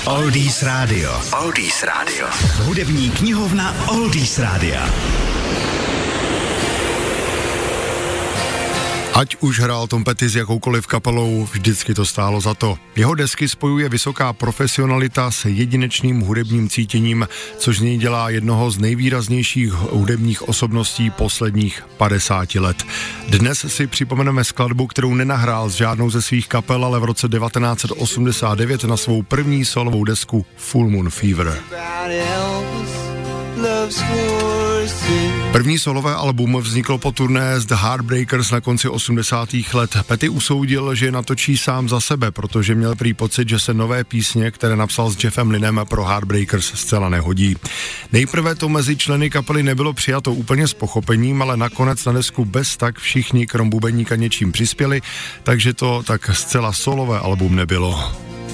Oldies Radio. Oldies Radio. Hudební knihovna Oldies Rádia. Ať už hrál Tom Petty s jakoukoliv kapelou, vždycky to stálo za to. Jeho desky spojuje vysoká profesionalita s jedinečným hudebním cítěním, což z něj dělá jednoho z nejvýraznějších hudebních osobností posledních 50 let. Dnes si připomeneme skladbu, kterou nenahrál s žádnou ze svých kapel, ale v roce 1989 na svou první solovou desku Full Moon Fever. První solové album vzniklo po turné z The Heartbreakers na konci 80. let. Petty usoudil, že natočí sám za sebe, protože měl prý pocit, že se nové písně, které napsal s Jeffem Lynnem pro Heartbreakers, zcela nehodí. Nejprve to mezi členy kapely nebylo přijato úplně s pochopením, ale nakonec na desku bez tak všichni krom bubeníka něčím přispěli, takže to tak zcela solové album nebylo.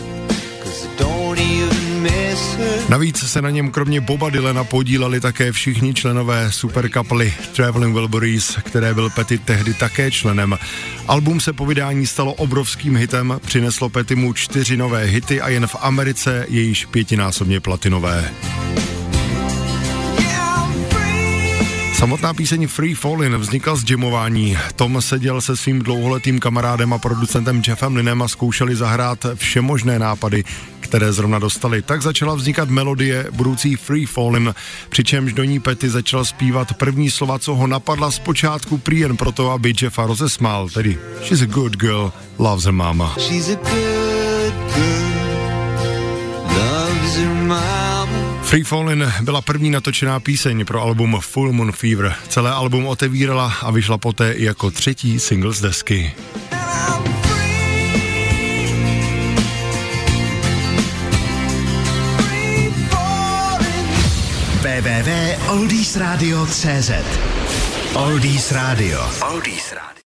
Navíc se na něm kromě Boba Dylana podíleli také všichni členové superkapely Traveling Wilburys, které byl Petty tehdy také členem. Album se po vydání stalo obrovským hitem, přineslo Pettymu 4 nové hity a jen v Americe je již 5násobně platinové. Samotná píseň Free Fallin' vznikla z jamování. Tom seděl se svým dlouholetým kamarádem a producentem Jeffem Lynnem a zkoušeli zahrát všemožné nápady, které zrovna dostali. Tak začala vznikat melodie budoucí Free Fallin', přičemž do ní Petty začal zpívat první slova, co ho napadla zpočátku prý jen proto, aby Jeffa rozesmál, tedy She's a good girl, loves her mama. She's a good girl, loves her mama. Free Fallin' byla první natočená píseň pro album Full Moon Fever. Celé album otevírala a vyšla poté i jako 3. single z desky. www.oldiesradio.cz Oldies Radio. Oldies Radio.